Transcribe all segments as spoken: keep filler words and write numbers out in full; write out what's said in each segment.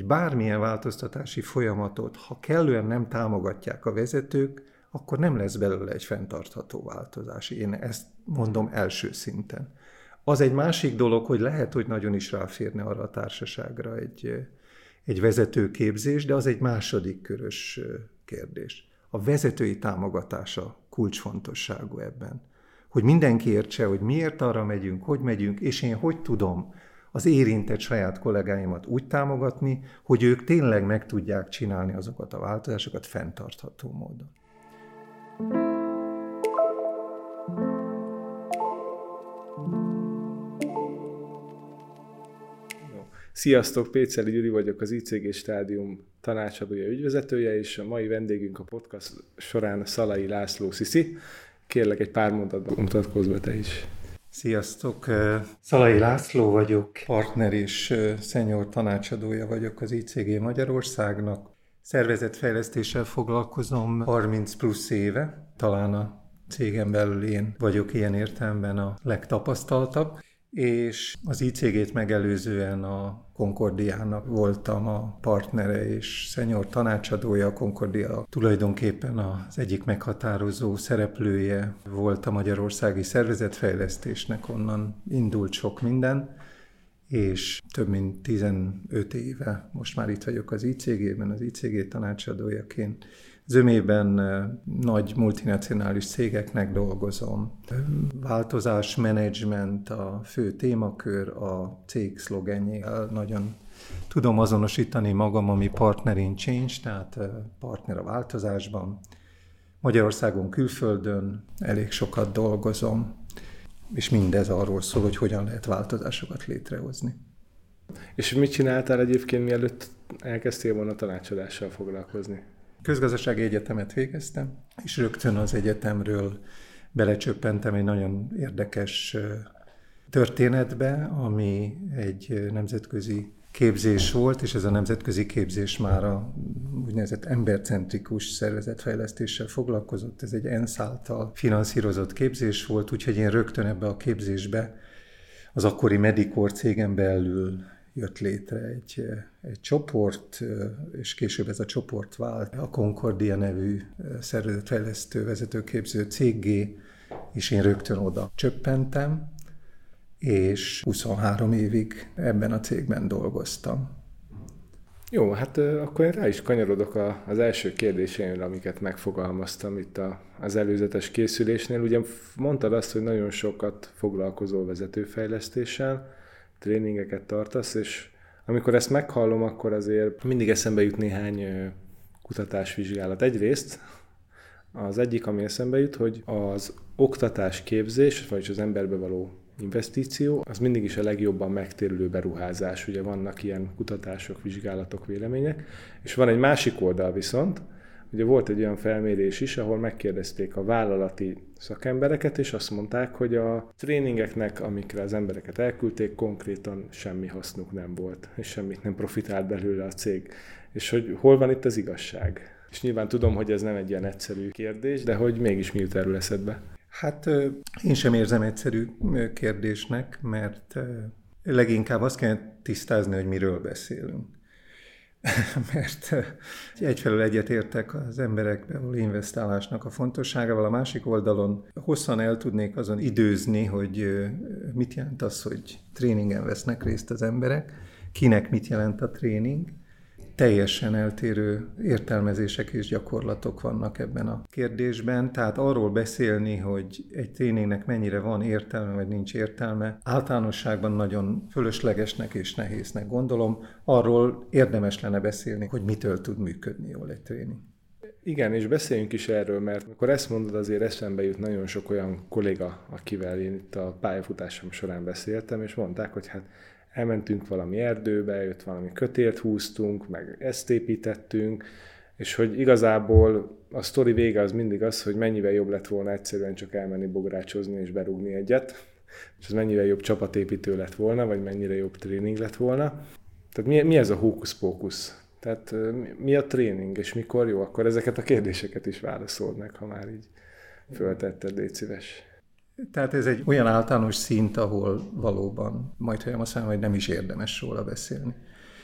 hogy bármilyen változtatási folyamatot, ha kellően nem támogatják a vezetők, akkor nem lesz belőle egy fenntartható változás. Én ezt mondom első szinten. Az egy másik dolog, hogy lehet, hogy nagyon is ráférne arra a társaságra egy, egy vezetőképzés, de az egy második körös kérdés. A vezetői támogatása kulcsfontosságú ebben. Hogy mindenki értse, hogy miért arra megyünk, hogy megyünk, és én hogy tudom az érintett saját kollégáimat úgy támogatni, hogy ők tényleg meg tudják csinálni azokat a változásokat fenntartható módon. Sziasztok, Péceli Gyuri vagyok, az i cé gé Stádium tanácsadója, ügyvezetője, és a mai vendégünk a podcast során Szalai László Sziszi. Kérlek, egy pár mondatban mutatkozz be te is. Sziasztok! Szalai László vagyok, partner és senior tanácsadója vagyok az i cé gé Magyarországnak. Szervezetfejlesztéssel foglalkozom harminc plusz éve, talán a cégem belül én vagyok ilyen értelemben a legtapasztaltabb, és az i cé gét megelőzően a Concordiának voltam a partnere és senior tanácsadója. A Concordia tulajdonképpen az egyik meghatározó szereplője volt a magyarországi szervezetfejlesztésnek, onnan indult sok minden, és több mint tizenöt éve most már itt vagyok az i cé gében, az i cé gé tanácsadójaként. Zömében nagy multinacionális cégeknek dolgozom. Változás, menedzsment a fő témakör, a cég szlogenjével nagyon tudom azonosítani magam, ami partner in change, tehát partner a változásban. Magyarországon, külföldön elég sokat dolgozom, és mindez arról szól, hogy hogyan lehet változásokat létrehozni. És mit csináltál egyébként, mielőtt elkezdtél volna tanácsadással foglalkozni? Közgazdasági egyetemet végeztem, és rögtön az egyetemről belecsöppentem egy nagyon érdekes történetbe, ami egy nemzetközi képzés volt, és ez a nemzetközi képzés már a úgynevezett embercentrikus szervezetfejlesztéssel foglalkozott. Ez egy ENSZ által finanszírozott képzés volt, úgyhogy én rögtön ebbe a képzésbe az akkori Medicor cégen belül jött létre egy, egy csoport, és később ez a csoport vált a Concordia nevű szervezetfejlesztő vezetőképző céggé, és én rögtön oda csöppentem, és huszonhárom évig ebben a cégben dolgoztam. Jó, hát akkor én rá is kanyarodok a, az első kérdéseimre, amiket megfogalmaztam itt a, az előzetes készülésnél. Ugye mondtad azt, hogy nagyon sokat foglalkozol vezetőfejlesztéssel, tréningeket tartasz, és amikor ezt meghallom, akkor azért mindig eszembe jut néhány kutatásvizsgálat. Egyrészt az egyik, ami eszembe jut, hogy az oktatásképzés, vagyis az emberbe való investíció, az mindig is a legjobban megtérülő beruházás. Ugye vannak ilyen kutatások, vizsgálatok, vélemények. És van egy másik oldal viszont, ugye volt egy olyan felmérés is, ahol megkérdezték a vállalati szakembereket, és azt mondták, hogy a tréningeknek, amikre az embereket elküldték, konkrétan semmi hasznuk nem volt, és semmit nem profitált belőle a cég. És hogy hol van itt az igazság? És nyilván tudom, hogy ez nem egy ilyen egyszerű kérdés, de hogy mégis mi jut erről eszedbe? Hát én sem érzem egyszerű kérdésnek, mert leginkább azt kell tisztázni, hogy miről beszélünk. Mert egyfelől egyetértek az emberekbe való investálásnak a fontosságával, a másik oldalon hosszan el tudnék azon időzni, hogy mit jelent az, hogy tréningen vesznek részt az emberek, kinek mit jelent a tréning. Teljesen eltérő értelmezések és gyakorlatok vannak ebben a kérdésben, tehát arról beszélni, hogy egy tréningnek mennyire van értelme, vagy nincs értelme, általánosságban nagyon fölöslegesnek és nehéznek gondolom. Arról érdemes lenne beszélni, hogy mitől tud működni jól egy tréning. Igen, és beszéljünk is erről, mert amikor ezt mondod, azért eszembe jut nagyon sok olyan kolléga, akivel én itt a pályafutásom során beszéltem, és mondták, hogy hát elmentünk valami erdőbe, jött valami kötélt húztunk, meg ezt építettünk, és hogy igazából a sztori vége az mindig az, hogy mennyivel jobb lett volna egyszerűen csak elmenni bográcsozni és berúgni egyet, és ez mennyivel jobb csapatépítő lett volna, vagy mennyire jobb tréning lett volna. Tehát mi, mi ez a hókusz-pókusz? Tehát mi a tréning, és mikor jó? Akkor ezeket a kérdéseket is válaszold meg, ha már így föltetted, légy szíves. Tehát ez egy olyan általános szint, ahol valóban, majd hogy azt mondom, hogy nem is érdemes róla beszélni.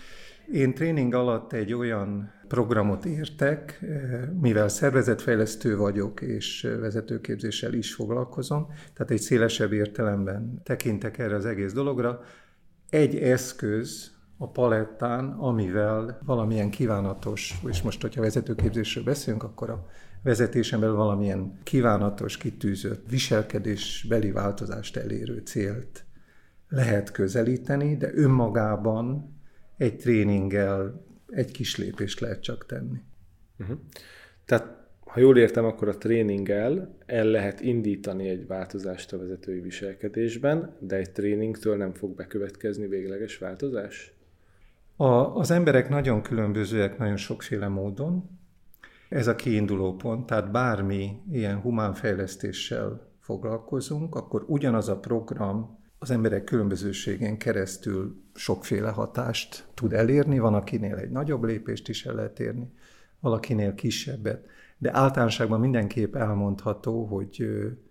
Én tréning alatt egy olyan programot értek, mivel szervezetfejlesztő vagyok, és vezetőképzéssel is foglalkozom, tehát egy szélesebb értelemben tekintek erre az egész dologra. Egy eszköz a palettán, amivel valamilyen kívánatos, és most, hogyha vezetőképzésről beszélünk, akkor a vezetésen belül valamilyen kívánatos, kitűzött viselkedésbeli változást elérő célt lehet közelíteni, de önmagában egy tréninggel egy kis lépést lehet csak tenni. Uh-huh. Tehát, ha jól értem, akkor a tréninggel el lehet indítani egy változást a vezetői viselkedésben, de egy tréningtől nem fog bekövetkezni végleges változás? A, az emberek nagyon különbözőek, nagyon sokféle módon. Ez a kiinduló pont, tehát bármi ilyen humánfejlesztéssel foglalkozunk, akkor ugyanaz a program az emberek különbözőségén keresztül sokféle hatást tud elérni, van akinél egy nagyobb lépést is el lehet érni, valakinél kisebbet, de általánosságban mindenképp elmondható, hogy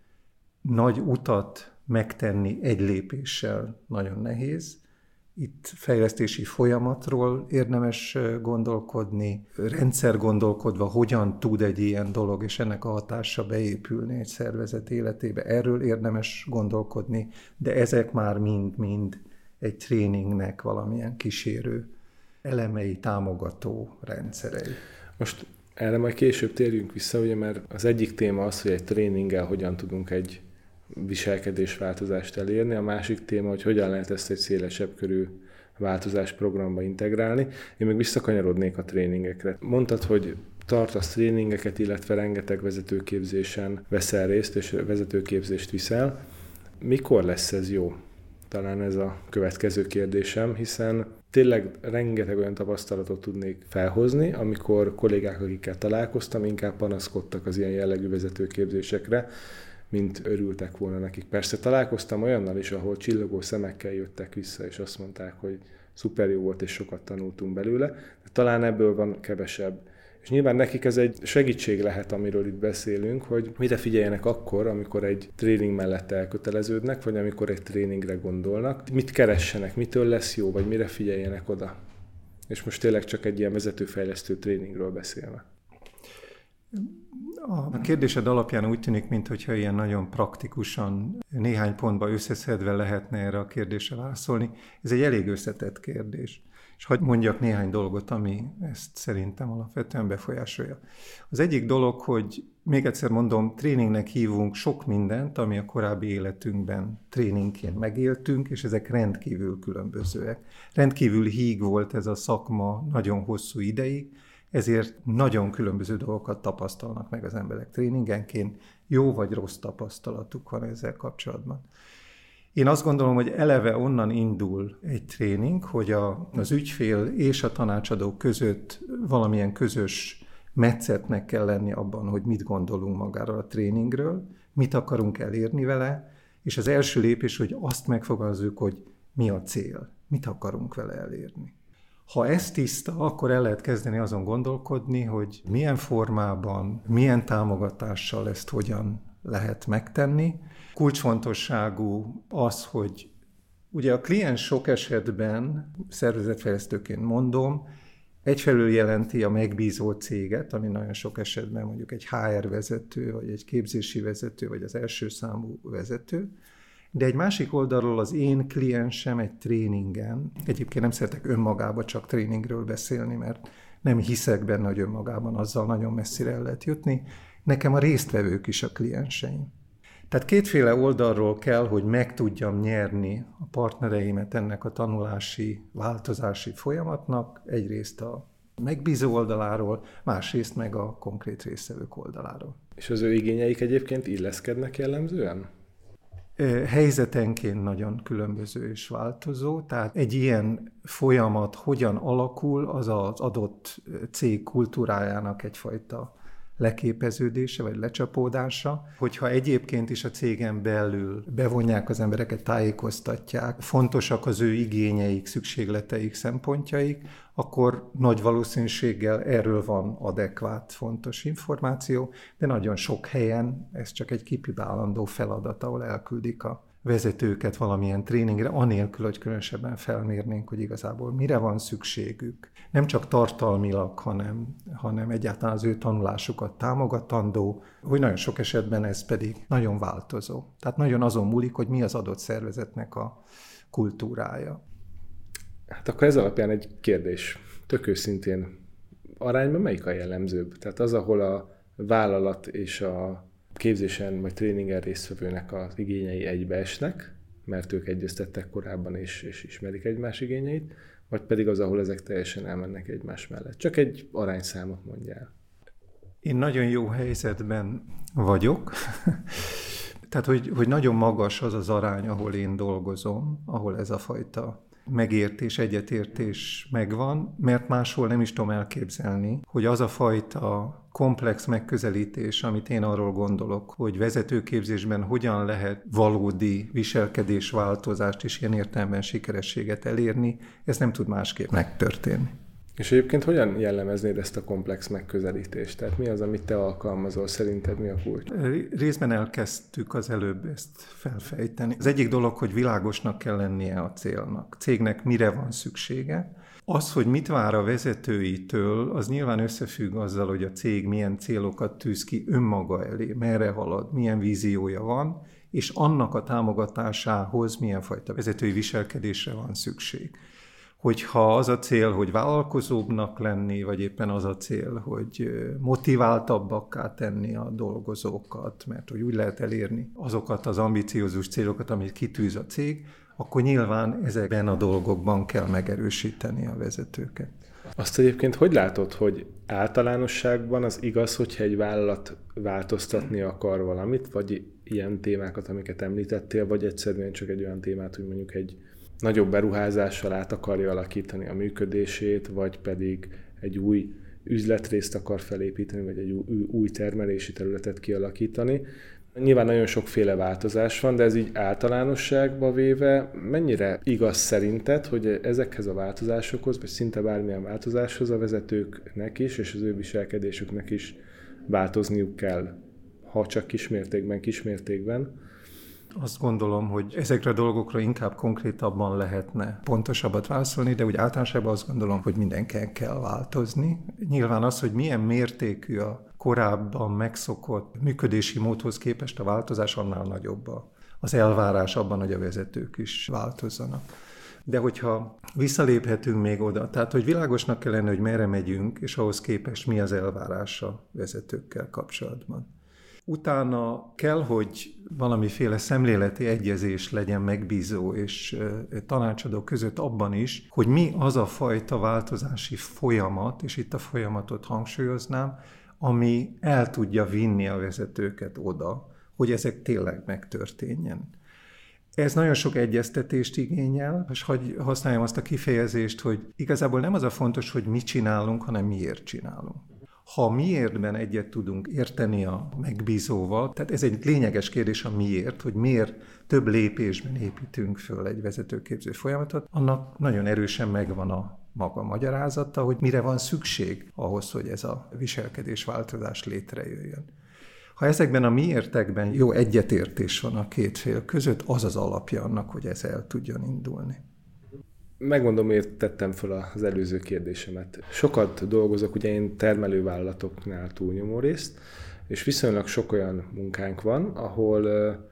nagy utat megtenni egy lépéssel nagyon nehéz. Itt fejlesztési folyamatról érdemes gondolkodni, rendszer gondolkodva, hogyan tud egy ilyen dolog és ennek a hatása beépülni egy szervezet életébe. Erről érdemes gondolkodni, de ezek már mind-mind egy tréningnek valamilyen kísérő elemei, támogató rendszerei. Most erre majd később térjünk vissza, ugye, mert az egyik téma az, hogy egy tréninggel hogyan tudunk egy viselkedésváltozást elérni, a másik téma, hogy hogyan lehet ezt egy szélesebb körű változás programba integrálni. Én meg visszakanyarodnék a tréningekre. Mondtad, hogy tartasz tréningeket, illetve rengeteg vezetőképzésen veszel részt, és vezetőképzést viszel. Mikor lesz ez jó? Talán ez a következő kérdésem, hiszen tényleg rengeteg olyan tapasztalatot tudnék felhozni, amikor kollégák, akikkel találkoztam, inkább panaszkodtak az ilyen jellegű vezetőképzésekre, mint örültek volna nekik. Persze találkoztam olyannal is, ahol csillogó szemekkel jöttek vissza, és azt mondták, hogy szuper jó volt, és sokat tanultunk belőle, de talán ebből van kevesebb. És nyilván nekik ez egy segítség lehet, amiről itt beszélünk, hogy mire figyeljenek akkor, amikor egy tréning mellett elköteleződnek, vagy amikor egy tréningre gondolnak, mit keressenek, mitől lesz jó, vagy mire figyeljenek oda. És most tényleg csak egy ilyen vezetőfejlesztő tréningről beszélve. A kérdésed alapján úgy tűnik, mintha ilyen nagyon praktikusan néhány pontba összeszedve lehetne erre a kérdésre válaszolni. Ez egy elég összetett kérdés. És hadd mondjak néhány dolgot, ami ezt szerintem alapvetően befolyásolja. Az egyik dolog, hogy még egyszer mondom, tréningnek hívunk sok mindent, ami a korábbi életünkben tréningként megéltünk, és ezek rendkívül különbözőek. Rendkívül híg volt ez a szakma nagyon hosszú ideig, ezért nagyon különböző dolgokat tapasztalnak meg az emberek tréningenként, jó vagy rossz tapasztalatuk van ezzel kapcsolatban. Én azt gondolom, hogy eleve onnan indul egy tréning, hogy a, az ügyfél és a tanácsadó között valamilyen közös metszetnek kell lenni abban, hogy mit gondolunk magáról a tréningről, mit akarunk elérni vele, és az első lépés, hogy azt megfogalmazzuk, hogy mi a cél, mit akarunk vele elérni. Ha ez tiszta, akkor el lehet kezdeni azon gondolkodni, hogy milyen formában, milyen támogatással ezt hogyan lehet megtenni. Kulcsfontosságú az, hogy ugye a kliens sok esetben, szervezetfejlesztőként mondom, egyfelől jelenti a megbízó céget, ami nagyon sok esetben mondjuk egy há er vezető, vagy egy képzési vezető, vagy az első számú vezető, de egy másik oldalról az én kliensem egy tréningen, egyébként nem szeretek önmagában csak tréningről beszélni, mert nem hiszek benne, hogy önmagában azzal nagyon messzire el lehet jutni, nekem a résztvevők is a klienseim. Tehát kétféle oldalról kell, hogy meg tudjam nyerni a partnereimet ennek a tanulási, változási folyamatnak, egyrészt a megbízó oldaláról, másrészt meg a konkrét résztvevők oldaláról. És az ő igényeik egyébként illeszkednek jellemzően? Helyzetenként nagyon különböző és változó, tehát egy ilyen folyamat hogyan alakul, az az adott cég kultúrájának egyfajta leképeződése vagy lecsapódása. Hogyha egyébként is a cégen belül bevonják az embereket, tájékoztatják, fontosak az ő igényeik, szükségleteik, szempontjaik, akkor nagy valószínűséggel erről van adekvát, fontos információ, de nagyon sok helyen ez csak egy kipipálandó feladat, ahol elküldik a vezetőket valamilyen tréningre, anélkül, hogy különösebben felmérnénk, hogy igazából mire van szükségük. Nem csak tartalmilag, hanem, hanem egyáltalán az ő tanulásukat támogatandó, hogy nagyon sok esetben ez pedig nagyon változó. Tehát nagyon azon múlik, hogy mi az adott szervezetnek a kultúrája. Hát akkor ez alapján egy kérdés. Tök őszintén, arányban melyik a jellemzőbb? Tehát az, ahol a vállalat és a képzésen vagy tréningen résztvevőnek az igényei egybeesnek, mert ők egyeztettek korábban és, és ismerik egymás igényeit, vagy pedig az, ahol ezek teljesen elmennek egymás mellett. Csak egy arányszámot mondjál. Én nagyon jó helyzetben vagyok. Tehát, hogy, hogy nagyon magas az az arány, ahol én dolgozom, ahol ez a fajta megértés, egyetértés megvan, mert máshol nem is tudom elképzelni, hogy az a fajta komplex megközelítés, amit én arról gondolok, hogy vezetőképzésben hogyan lehet valódi viselkedésváltozást és ilyen értelemben sikerességet elérni, ez nem tud másképp megtörténni. És egyébként hogyan jellemeznéd ezt a komplex megközelítést? Tehát mi az, amit te alkalmazol? Szerinted mi a kulcs? Részben elkezdtük az előbb ezt felfejteni. Az egyik dolog, hogy világosnak kell lennie a célnak. Cégnek mire van szüksége? Az, hogy mit vár a vezetőitől, az nyilván összefügg azzal, hogy a cég milyen célokat tűz ki önmaga elé, merre halad, milyen víziója van, és annak a támogatásához milyen fajta vezetői viselkedésre van szükség. Hogyha az a cél, hogy vállalkozóbbnak lenni, vagy éppen az a cél, hogy motiváltabbakká tenni a dolgozókat, mert hogy úgy lehet elérni azokat az ambiciózus célokat, amit kitűz a cég, akkor nyilván ezekben a dolgokban kell megerősíteni a vezetőket. Azt egyébként hogy látod, hogy általánosságban az igaz, hogyha egy vállalat változtatni akar valamit, vagy ilyen témákat, amiket említettél, vagy egyszerűen csak egy olyan témát, hogy mondjuk egy nagyobb beruházással át akarja alakítani a működését, vagy pedig egy új üzletrészt akar felépíteni, vagy egy új, új termelési területet kialakítani. Nyilván nagyon sokféle változás van, de ez így általánosságba véve mennyire igaz szerinted, hogy ezekhez a változásokhoz, vagy szinte bármilyen változáshoz a vezetőknek is, és az ő viselkedésüknek is változniuk kell, ha csak kismértékben, kismértékben? Azt gondolom, hogy ezekre a dolgokra inkább konkrétabban lehetne pontosabbat válaszolni, de úgy általánosságban azt gondolom, hogy mindenkinek kell változni. Nyilván az, hogy milyen mértékű a korábban megszokott működési módhoz képest a változás, annál nagyobb az elvárás abban, hogy a vezetők is változzanak. De hogyha visszaléphetünk még oda, tehát hogy világosnak kell lenni, hogy merre megyünk, és ahhoz képest mi az elvárás a vezetőkkel kapcsolatban. Utána kell, hogy valamiféle szemléleti egyezés legyen megbízó és tanácsadó között abban is, hogy mi az a fajta változási folyamat, és itt a folyamatot hangsúlyoznám, ami el tudja vinni a vezetőket oda, hogy ezek tényleg megtörténjen. Ez nagyon sok egyeztetést igényel, és hogy használjam azt a kifejezést, hogy igazából nem az a fontos, hogy mit csinálunk, hanem miért csinálunk. Ha miértben egyet tudunk érteni a megbízóval, tehát ez egy lényeges kérdés a miért, hogy miért több lépésben építünk föl egy vezetőképző folyamatot, annak nagyon erősen megvan a maga magyarázata, hogy mire van szükség ahhoz, hogy ez a viselkedésváltozás létrejöjjön. Ha ezekben a miértekben jó egyetértés van a két fél között, az az alapja annak, hogy ez el tudjon indulni. Megmondom, miért tettem fel az előző kérdésemet. Sokat dolgozok, ugye én termelővállalatoknál túlnyomó részt, és viszonylag sok olyan munkánk van, ahol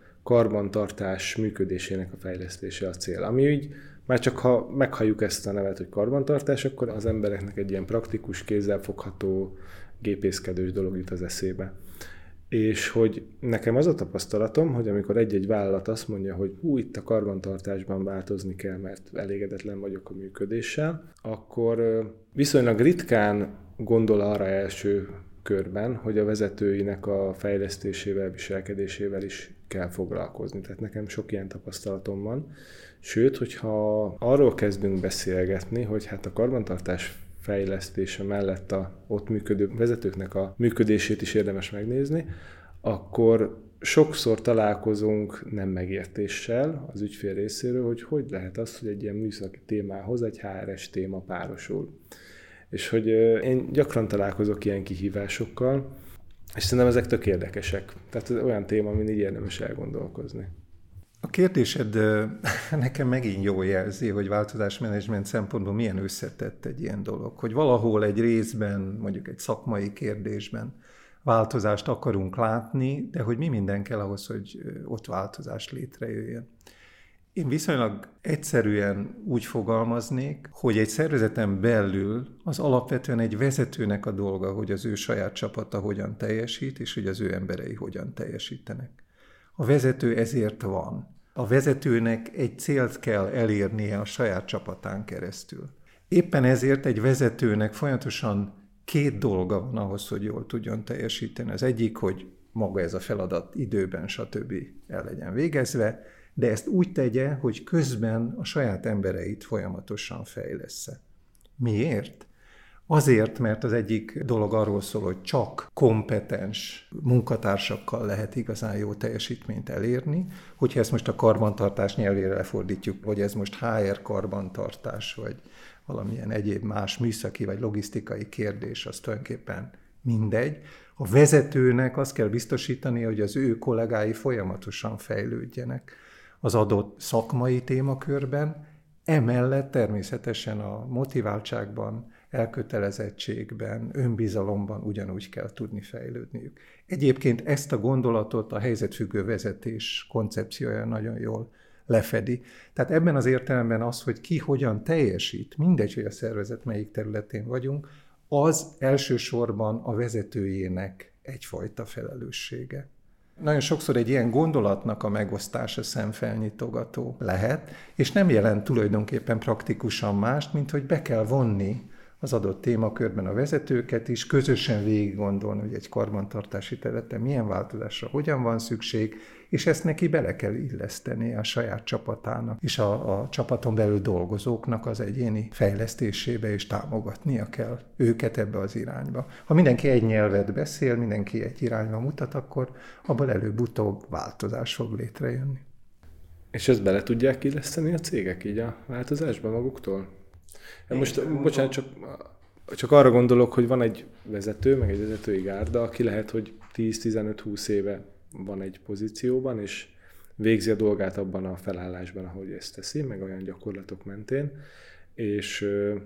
karbantartás működésének a fejlesztése a cél. Ami úgy, már csak ha meghalljuk ezt a nevet, hogy karbantartás, akkor az embereknek egy ilyen praktikus, kézzelfogható, gépészkedős dolog jut az eszébe. És hogy nekem az a tapasztalatom, hogy amikor egy-egy vállalat azt mondja, hogy hú, itt a karbantartásban változni kell, mert elégedetlen vagyok a működéssel, akkor viszonylag ritkán gondol arra első körben, hogy a vezetőinek a fejlesztésével, viselkedésével is kell foglalkozni. Tehát nekem sok ilyen tapasztalatom van. Sőt, hogyha arról kezdünk beszélgetni, hogy hát a karbantartás fejlesztése mellett a ott működő vezetőknek a működését is érdemes megnézni, akkor sokszor találkozunk nem megértéssel az ügyfél részéről, hogy hogy lehet az, hogy egy ilyen műszaki témához egy há er es téma párosul. És hogy én gyakran találkozok ilyen kihívásokkal, és szerintem ezek tök érdekesek. Tehát ez olyan téma, amin így érdemes elgondolkozni. A kérdésed nekem megint jól jelzi, hogy változásmenedzsment szempontból milyen összetett egy ilyen dolog. Hogy valahol egy részben, mondjuk egy szakmai kérdésben változást akarunk látni, de hogy mi minden kell ahhoz, hogy ott változás létrejöjjön. Én viszonylag egyszerűen úgy fogalmaznék, hogy egy szervezeten belül az alapvetően egy vezetőnek a dolga, hogy az ő saját csapata hogyan teljesít, és hogy az ő emberei hogyan teljesítenek. A vezető ezért van. A vezetőnek egy célt kell elérnie a saját csapatán keresztül. Éppen ezért egy vezetőnek folyamatosan két dolga van ahhoz, hogy jól tudjon teljesíteni. Az egyik, hogy maga ez a feladat időben, stb. El legyen végezve, de ezt úgy tegye, hogy közben a saját embereit folyamatosan fejlessze. Miért? Azért, mert az egyik dolog arról szól, hogy csak kompetens munkatársakkal lehet igazán jó teljesítményt elérni. Hogyha ezt most a karbantartás nyelvére lefordítjuk, hogy ez most há er karbantartás, vagy valamilyen egyéb más műszaki vagy logisztikai kérdés, az tulajdonképpen mindegy. A vezetőnek azt kell biztosítani, hogy az ő kollégái folyamatosan fejlődjenek az adott szakmai témakörben, emellett természetesen a motiváltságban, elkötelezettségben, önbizalomban ugyanúgy kell tudni fejlődniük. Egyébként ezt a gondolatot a helyzetfüggő vezetés koncepciója nagyon jól lefedi. Tehát ebben az értelemben az, hogy ki hogyan teljesít, mindegy, hogy a szervezet melyik területén vagyunk, az elsősorban a vezetőjének egyfajta felelőssége. Nagyon sokszor egy ilyen gondolatnak a megosztása szemfelnyitogató lehet, és nem jelent tulajdonképpen praktikusan mást, mint hogy be kell vonni az adott témakörben a vezetőket is, közösen végig gondolni, hogy egy karbantartási területen milyen változásra hogyan van szükség, és ezt neki bele kell illeszteni a saját csapatának, és a, a csapaton belül dolgozóknak az egyéni fejlesztésébe, és támogatnia kell őket ebbe az irányba. Ha mindenki egy nyelvet beszél, mindenki egy irányba mutat, akkor abból előbb-utóbb változás fog létrejönni. És ezt bele tudják illeszteni a cégek így a változásba maguktól? Most, bocsánat, csak, csak arra gondolok, hogy van egy vezető, meg egy vezetői gárda, aki lehet, hogy tíz-tizenöt-húsz éve van egy pozícióban, és végzi a dolgát abban a felállásban, ahogy ezt teszi, meg olyan gyakorlatok mentén, és ö,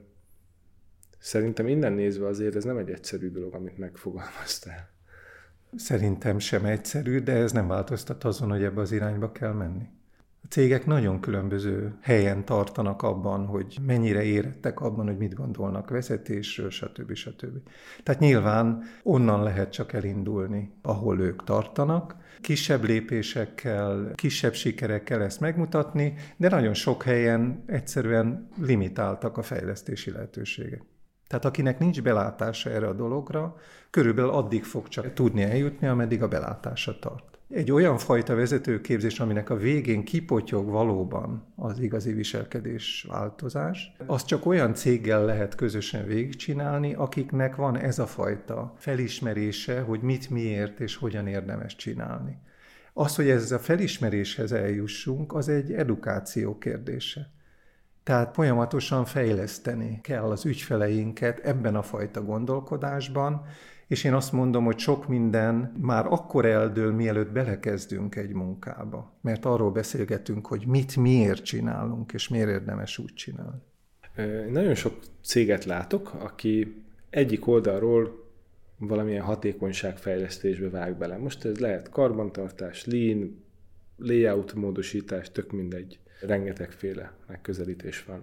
szerintem innen nézve azért ez nem egy egyszerű dolog, amit megfogalmaztál. Szerintem sem egyszerű, de ez nem változtat azon, hogy ebbe az irányba kell menni. A cégek nagyon különböző helyen tartanak abban, hogy mennyire érettek abban, hogy mit gondolnak vezetésről, stb. stb. Tehát nyilván onnan lehet csak elindulni, ahol ők tartanak. Kisebb lépésekkel, kisebb sikerekkel ezt megmutatni, de nagyon sok helyen egyszerűen limitáltak a fejlesztési lehetőségek. Tehát akinek nincs belátása erre a dologra, körülbelül addig fog csak tudni eljutni, ameddig a belátása tart. Egy olyan fajta vezetőképzés, aminek a végén kipotyog valóban az igazi viselkedés változás, az csak olyan céggel lehet közösen végigcsinálni, akiknek van ez a fajta felismerése, hogy mit, miért és hogyan érdemes csinálni. Az, hogy ez a felismeréshez eljussunk, az egy edukáció kérdése. Tehát folyamatosan fejleszteni kell az ügyfeleinket ebben a fajta gondolkodásban, és én azt mondom, hogy sok minden már akkor eldől, mielőtt belekezdünk egy munkába. Mert arról beszélgetünk, hogy mit miért csinálunk, és miért érdemes úgy csinálni. Nagyon sok céget látok, aki egyik oldalról valamilyen hatékonyságfejlesztésbe vág bele. Most ez lehet karbantartás, lean, layout módosítás, tök mindegy. Rengetegféle megközelítés van.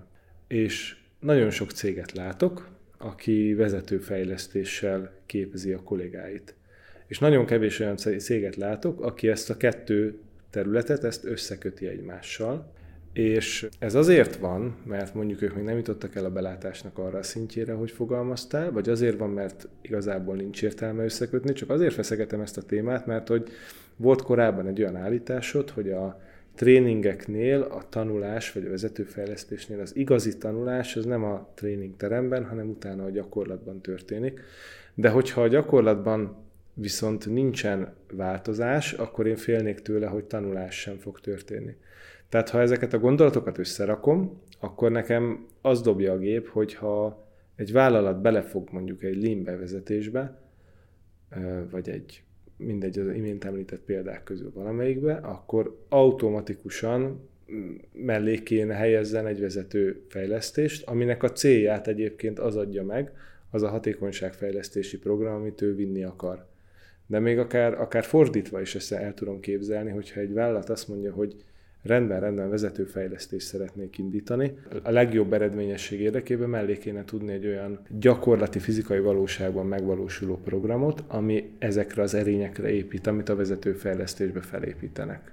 És nagyon sok céget látok, aki vezetőfejlesztéssel képezi a kollégáit. És nagyon kevés olyan céget látok, aki ezt a kettő területet, ezt összeköti egymással. És ez azért van, mert mondjuk ők még nem jutottak el a belátásnak arra a szintjére, hogy fogalmaztál, vagy azért van, mert igazából nincs értelme összekötni, csak azért feszegetem ezt a témát, mert hogy volt korábban egy olyan állításod, hogy a tréningeknél a tanulás, vagy a vezetőfejlesztésnél az igazi tanulás az nem a tréningteremben, hanem utána a gyakorlatban történik. De hogyha a gyakorlatban viszont nincsen változás, akkor én félnék tőle, hogy tanulás sem fog történni. Tehát ha ezeket a gondolatokat összerakom, akkor nekem az dobja a gép, hogyha egy vállalat belefog mondjuk egy lean bevezetésbe, vagy egy mindegy, az imént említett példák közül valamelyikbe, akkor automatikusan mellé kéne helyezzen egy vezetőfejlesztést, aminek a célját egyébként az adja meg, az a hatékonyságfejlesztési program, amit ő vinni akar. De még akár, akár fordítva is ezt el tudom képzelni, hogyha egy vállalat azt mondja, hogy rendben, rendben vezetőfejlesztést szeretnék indítani, a legjobb eredményesség érdekében mellé kéne tudni egy olyan gyakorlati fizikai valóságban megvalósuló programot, ami ezekre az erényekre épít, amit a vezetőfejlesztésbe felépítenek.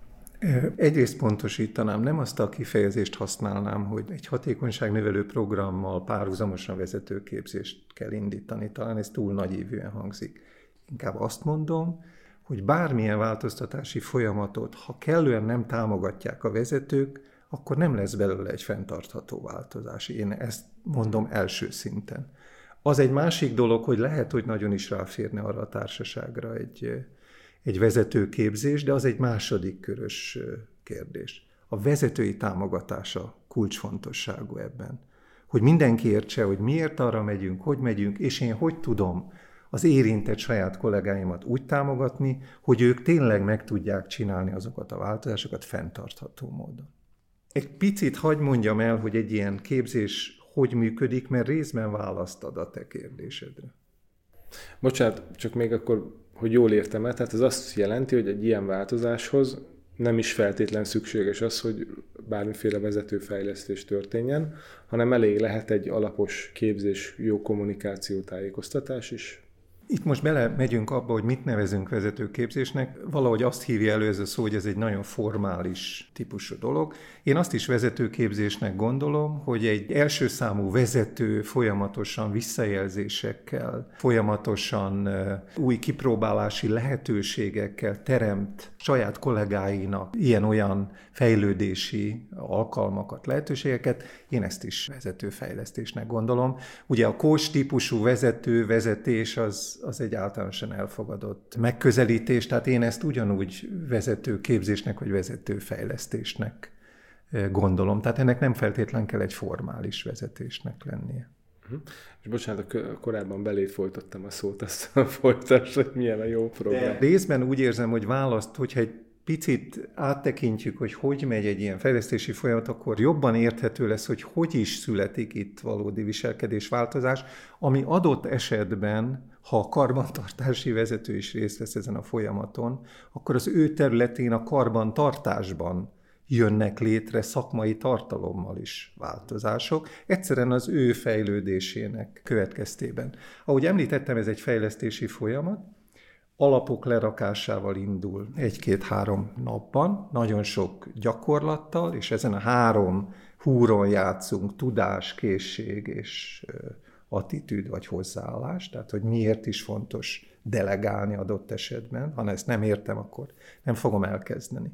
Egyrészt pontosítanám, nem azt a kifejezést használnám, hogy egy hatékonyságnövelő programmal párhuzamosan vezetőképzést kell indítani. Talán ez túl nagyívűen hangzik. Inkább azt mondom, hogy bármilyen változtatási folyamatot, ha kellően nem támogatják a vezetők, akkor nem lesz belőle egy fenntartható változás. Én ezt mondom első szinten. Az egy másik dolog, hogy lehet, hogy nagyon is ráférne arra a társaságra egy, egy vezetőképzés, de az egy második körös kérdés. A vezetői támogatása kulcsfontosságú ebben. Hogy mindenki értse, hogy miért arra megyünk, hogy megyünk, és én hogy tudom az érintett saját kollégáimat úgy támogatni, hogy ők tényleg meg tudják csinálni azokat a változásokat fenntartható módon. Egy picit hadd mondjam el, hogy egy ilyen képzés hogy működik, mert részben választ ad a te kérdésedre. Bocsánat, csak még akkor, hogy jól értem el, tehát ez azt jelenti, hogy egy ilyen változáshoz nem is feltétlen szükséges az, hogy bármiféle vezetőfejlesztés történjen, hanem elég lehet egy alapos képzés, jó kommunikáció, tájékoztatás is. Itt most bele megyünk abba, hogy mit nevezünk vezetőképzésnek. Valahogy azt hívja elő ez a szó, hogy ez egy nagyon formális típusú dolog. Én azt is vezetőképzésnek gondolom, hogy egy első számú vezető folyamatosan visszajelzésekkel, folyamatosan új kipróbálási lehetőségekkel teremt saját kollégáinak ilyen-olyan fejlődési alkalmakat, lehetőségeket. Én ezt is vezetőfejlesztésnek gondolom. Ugye a coach típusú vezető, vezetés az az egy általánosan elfogadott megközelítés, tehát én ezt ugyanúgy vezetőképzésnek vagy vezetőfejlesztésnek gondolom. Tehát ennek nem feltétlen kell egy formális vezetésnek lennie. Uh-huh. És bocsánat, korábban beléd folytottam a szót, azt folytass, hogy milyen a jó program. De részben úgy érzem, hogy választ, hogyha egy picit áttekintjük, hogy hogy megy egy ilyen fejlesztési folyamat, akkor jobban érthető lesz, hogy hogy is születik itt valódi viselkedésváltozás, ami adott esetben, ha a karbantartási vezető is részt vesz ezen a folyamaton, akkor az ő területén a karbantartásban jönnek létre szakmai tartalommal is változások, egyszerűen az ő fejlődésének következtében. Ahogy említettem, ez egy fejlesztési folyamat, alapok lerakásával indul egy-két-három napban, nagyon sok gyakorlattal, és ezen a három húron játszunk tudás, készség és attitűd vagy hozzáállás, tehát hogy miért is fontos delegálni adott esetben, ha ezt nem értem, akkor nem fogom elkezdeni.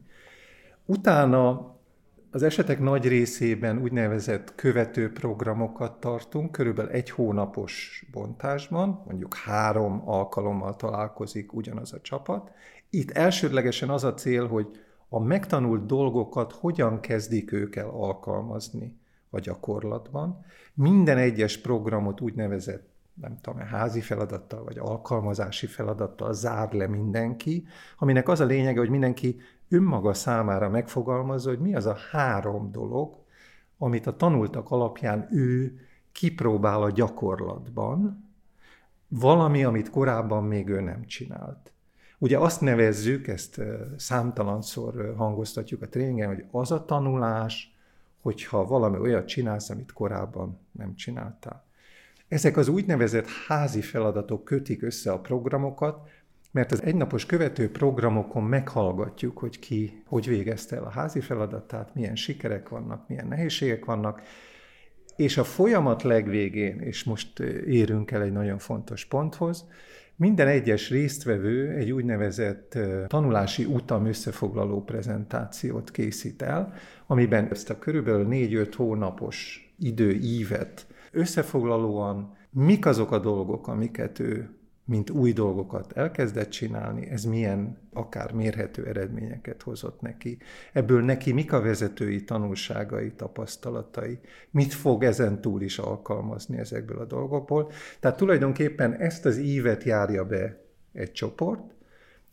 Utána az esetek nagy részében úgynevezett követőprogramokat tartunk, körülbelül egy hónapos bontásban, mondjuk három alkalommal találkozik ugyanaz a csapat. Itt elsődlegesen az a cél, hogy a megtanult dolgokat hogyan kezdik ők el alkalmazni a gyakorlatban. Minden egyes programot úgynevezett, nem tudom, házi feladattal vagy alkalmazási feladattal zár le mindenki, aminek az a lényege, hogy mindenki önmaga számára megfogalmazza, hogy mi az a három dolog, amit a tanultak alapján ő kipróbál a gyakorlatban, valami, amit korábban még ő nem csinált. Ugye azt nevezzük, ezt számtalanszor hangoztatjuk a tréningen, hogy az a tanulás, hogyha valami olyat csinálsz, amit korábban nem csináltál. Ezek az úgynevezett házi feladatok kötik össze a programokat, mert az egynapos követő programokon meghallgatjuk, hogy ki hogy végezte el a házi feladatát, milyen sikerek vannak, milyen nehézségek vannak, és a folyamat legvégén, és most érünk el egy nagyon fontos ponthoz, minden egyes résztvevő egy úgynevezett tanulási utam összefoglaló prezentációt készít el, amiben ezt a körülbelül négy-öt hónapos időívet összefoglalóan mik azok a dolgok, amiket ő mint új dolgokat elkezdett csinálni, ez milyen akár mérhető eredményeket hozott neki. Ebből neki mik a vezetői tanulságai, tapasztalatai, mit fog ezen túl is alkalmazni ezekből a dolgokból. Tehát tulajdonképpen ezt az ívet járja be egy csoport,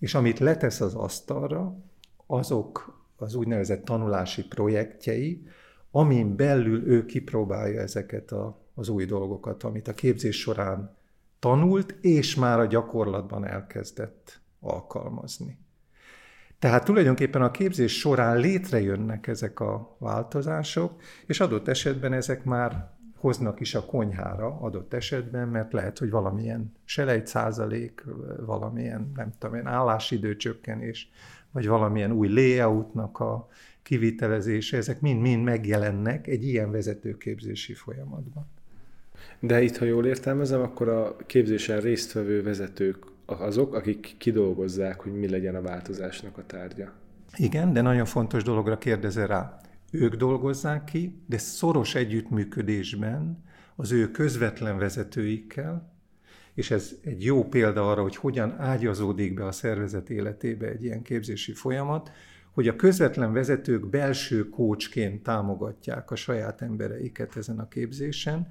és amit letesz az asztalra, azok az úgynevezett tanulási projektjei, amin belül ő kipróbálja ezeket a, az új dolgokat, amit a képzés során tanult, és már a gyakorlatban elkezdett alkalmazni. Tehát tulajdonképpen a képzés során létrejönnek ezek a változások, és adott esetben ezek már hoznak is a konyhára adott esetben, mert lehet, hogy valamilyen selejt százalék, valamilyen, nem tudom én, állásidő csökkenés, vagy valamilyen új layoutnak a kivitelezése, ezek mind-mind megjelennek egy ilyen vezetőképzési folyamatban. De itt, ha jól értelmezem, akkor a képzésen résztvevő vezetők azok, akik kidolgozzák, hogy mi legyen a változásnak a tárgya. Igen, de nagyon fontos dologra kérdezel rá. Ők dolgozzák ki, de szoros együttműködésben az ő közvetlen vezetőikkel, és ez egy jó példa arra, hogy hogyan ágyazódik be a szervezet életébe egy ilyen képzési folyamat, hogy a közvetlen vezetők belső kócsként támogatják a saját embereiket ezen a képzésen.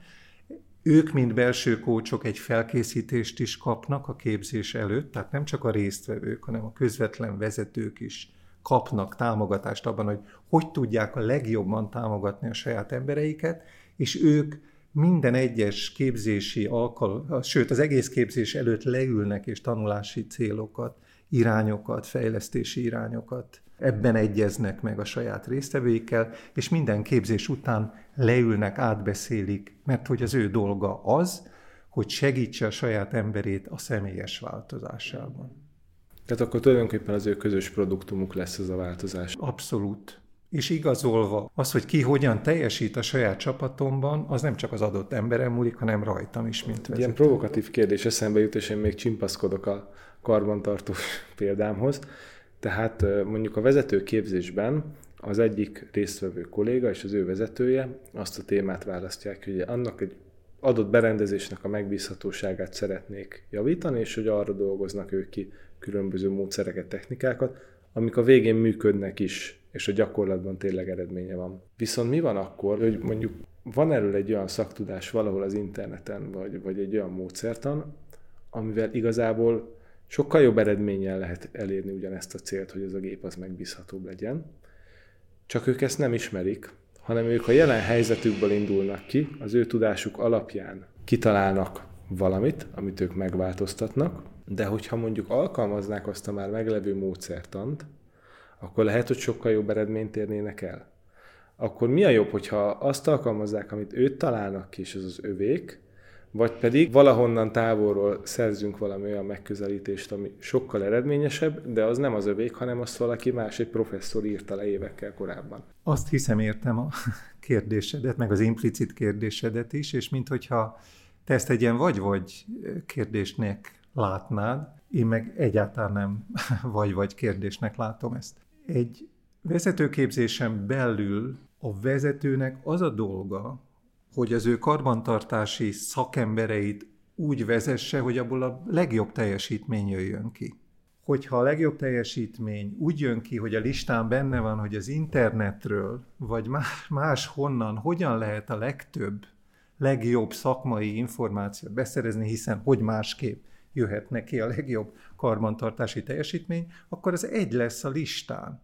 Ők, mint belső kócsok, egy felkészítést is kapnak a képzés előtt, tehát nem csak a résztvevők, hanem a közvetlen vezetők is kapnak támogatást abban, hogy hogy tudják a legjobban támogatni a saját embereiket, és ők minden egyes képzési alkalom, sőt az egész képzés előtt leülnek és tanulási célokat, irányokat, fejlesztési irányokat ebben egyeznek meg a saját résztvevőikkel, és minden képzés után leülnek, átbeszélik, mert hogy az ő dolga az, hogy segítse a saját emberét a személyes változásában. Tehát akkor tulajdonképpen az ő közös produktumuk lesz ez a változás. Abszolút. És igazolva az, hogy ki hogyan teljesít a saját csapatomban, az nem csak az adott emberen múlik, hanem rajtam is, mint vezető. Ilyen provokatív kérdés eszembe jut, és én még csimpaszkodok a karbantartó példámhoz. Tehát mondjuk a vezetőképzésben az egyik résztvevő kolléga és az ő vezetője azt a témát választják, hogy annak egy adott berendezésnek a megbízhatóságát szeretnék javítani, és hogy arra dolgoznak ők ki különböző módszereket, technikákat, amik a végén működnek is, és a gyakorlatban tényleg eredménye van. Viszont mi van akkor, hogy mondjuk van erről egy olyan szaktudás valahol az interneten, vagy, vagy egy olyan módszertan, amivel igazából sokkal jobb eredménnyel lehet elérni ugyanezt a célt, hogy ez a gép az megbízhatóbb legyen. Csak ők ezt nem ismerik, hanem ők a jelen helyzetükből indulnak ki, az ő tudásuk alapján kitalálnak valamit, amit ők megváltoztatnak, de hogyha mondjuk alkalmaznák azt a már meglevő módszertant, akkor lehet, hogy sokkal jobb eredményt érnének el. Akkor mi a jobb, hogyha azt alkalmazzák, amit őt találnak ki, és ez az övék, vagy pedig valahonnan távolról szerzünk valami olyan megközelítést, ami sokkal eredményesebb, de az nem az övék, hanem azt valaki más, egy professzor írta le évekkel korábban. Azt hiszem, értem a kérdésedet, meg az implicit kérdésedet is, és minthogyha te ezt egy ilyen vagy-vagy kérdésnek látnád, én meg egyáltalán nem vagy-vagy kérdésnek látom ezt. Egy vezetőképzésen belül a vezetőnek az a dolga, hogy az ő karbantartási szakembereit úgy vezesse, hogy abból a legjobb teljesítmény jöjjön ki. Hogyha a legjobb teljesítmény úgy jön ki, hogy a listán benne van, hogy az internetről, vagy más, más honnan, hogyan lehet a legtöbb, legjobb szakmai információt beszerezni, hiszen hogy másképp jöhet neki a legjobb karbantartási teljesítmény, akkor az egy lesz a listán.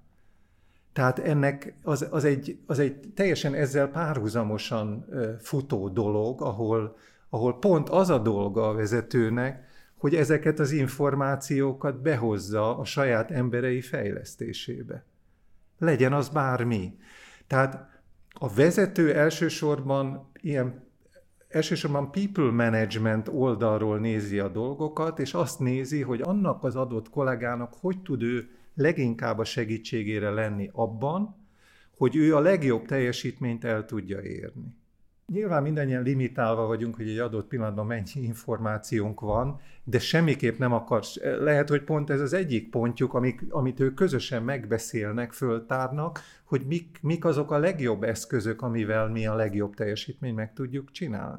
Tehát ennek az, az, egy, az egy teljesen ezzel párhuzamosan futó dolog, ahol, ahol pont az a dolga a vezetőnek, hogy ezeket az információkat behozza a saját emberei fejlesztésébe. Legyen az bármi. Tehát a vezető elsősorban ilyen Elsősorban people management oldalról nézi a dolgokat, és azt nézi, hogy annak az adott kollégának hogy tud ő leginkább a segítségére lenni abban, hogy ő a legjobb teljesítményt el tudja érni. Nyilván mindannyian limitálva vagyunk, hogy egy adott pillanatban mennyi információnk van, de semmiképp nem akar, lehet, hogy pont ez az egyik pontjuk, amik, amit ők közösen megbeszélnek, föltárnak, hogy mik, mik azok a legjobb eszközök, amivel mi a legjobb teljesítményt meg tudjuk csinálni.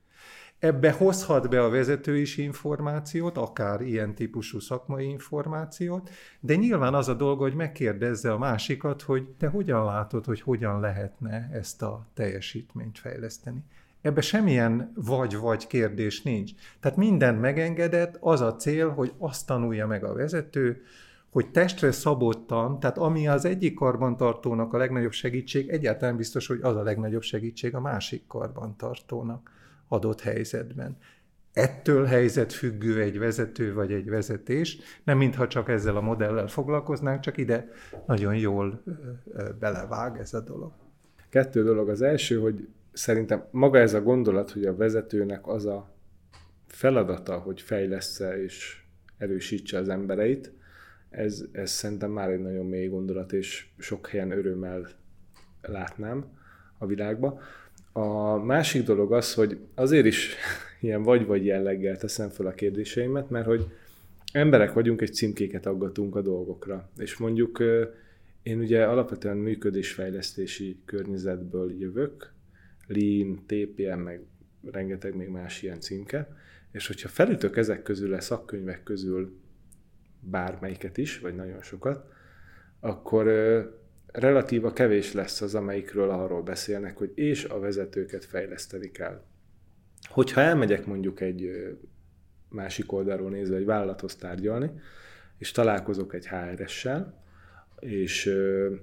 Ebbe hozhat be a vezető is információt, akár ilyen típusú szakmai információt, de nyilván az a dolga, hogy megkérdezze a másikat, hogy te hogyan látod, hogy hogyan lehetne ezt a teljesítményt fejleszteni. Ebbe semmilyen vagy-vagy kérdés nincs. Tehát mindent megengedett, az a cél, hogy azt tanulja meg a vezető, hogy testre szabottan, tehát ami az egyik karbantartónak a legnagyobb segítség, egyáltalán biztos, hogy az a legnagyobb segítség a másik karbantartónak adott helyzetben. Ettől helyzetfüggő egy vezető vagy egy vezetés, nem mintha csak ezzel a modellel foglalkoznánk, csak ide nagyon jól belevág ez a dolog. Kettő dolog. Az első, hogy szerintem maga ez a gondolat, hogy a vezetőnek az a feladata, hogy fejlessze és erősítse az embereit, ez, ez szerintem már egy nagyon mély gondolat, és sok helyen örömmel látnám a világba. A másik dolog az, hogy azért is ilyen vagy-vagy jelleggel teszem fel a kérdéseimet, mert hogy emberek vagyunk, egy címkéket aggatunk a dolgokra. És mondjuk én ugye alapvetően működésfejlesztési környezetből jövök, Lean, té pé em, meg rengeteg még más ilyen címke, és hogyha felütök ezek közül a szakkönyvek közül bármelyiket is, vagy nagyon sokat, akkor relatíva kevés lesz az, amelyikről arról beszélnek, hogy és a vezetőket fejleszteni kell. Hogyha elmegyek mondjuk egy másik oldalról nézve egy vállalathoz tárgyalni, és találkozok egy há er essel, és